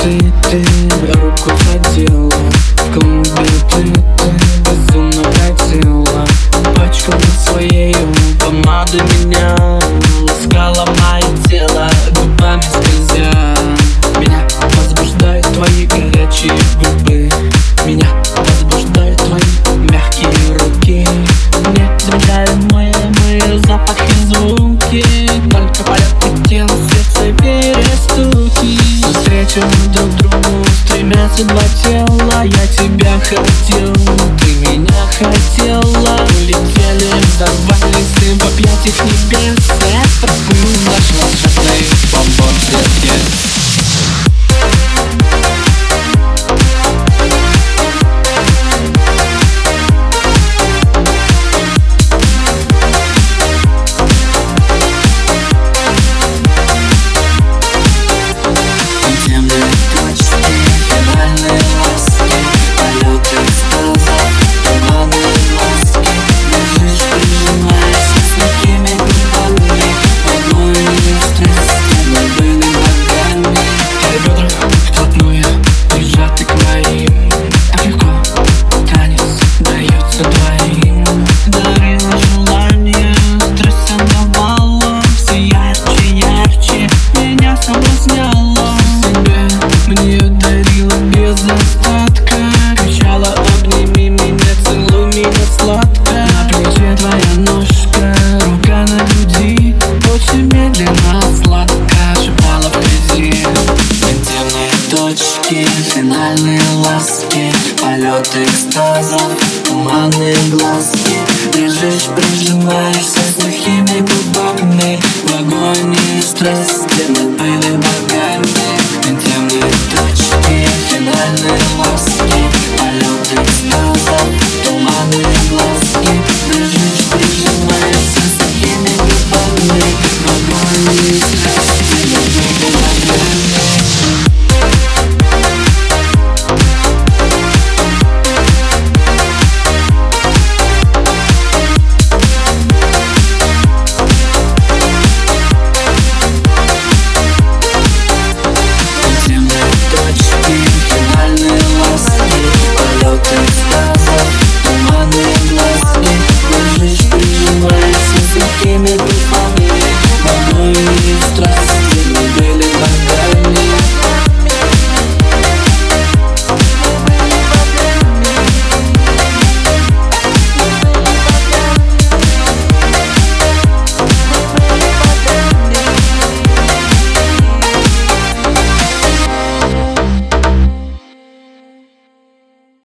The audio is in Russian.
ты руку задела, в клубе ты безумно хотела. Пачкала своей помады меня, ласкала мое тело, губами скользя. Меня возбуждают твои горячие губы, меня возбуждают твои мягкие руки. Не замедляемые запахи, звуки, только полет тела, сердце перестуки. Навстречу друг другу стремятся два тела. Я тебя хотел, ты меня хотела. Улетели, взорвались дым в объятиях небес. Это был наш волшебный бомбон-сердце. Мне дарила без остатка, кричала: обними меня, целуй меня сладко. На плече твоя ножка, рука на груди, очень медленно, сладко шептала в грязи. Интимные точки, финальные ласки, полет экстаза, туманные глазки. Лежишь, прижимаешься с сухими губами, в агонии страсти мы были богами.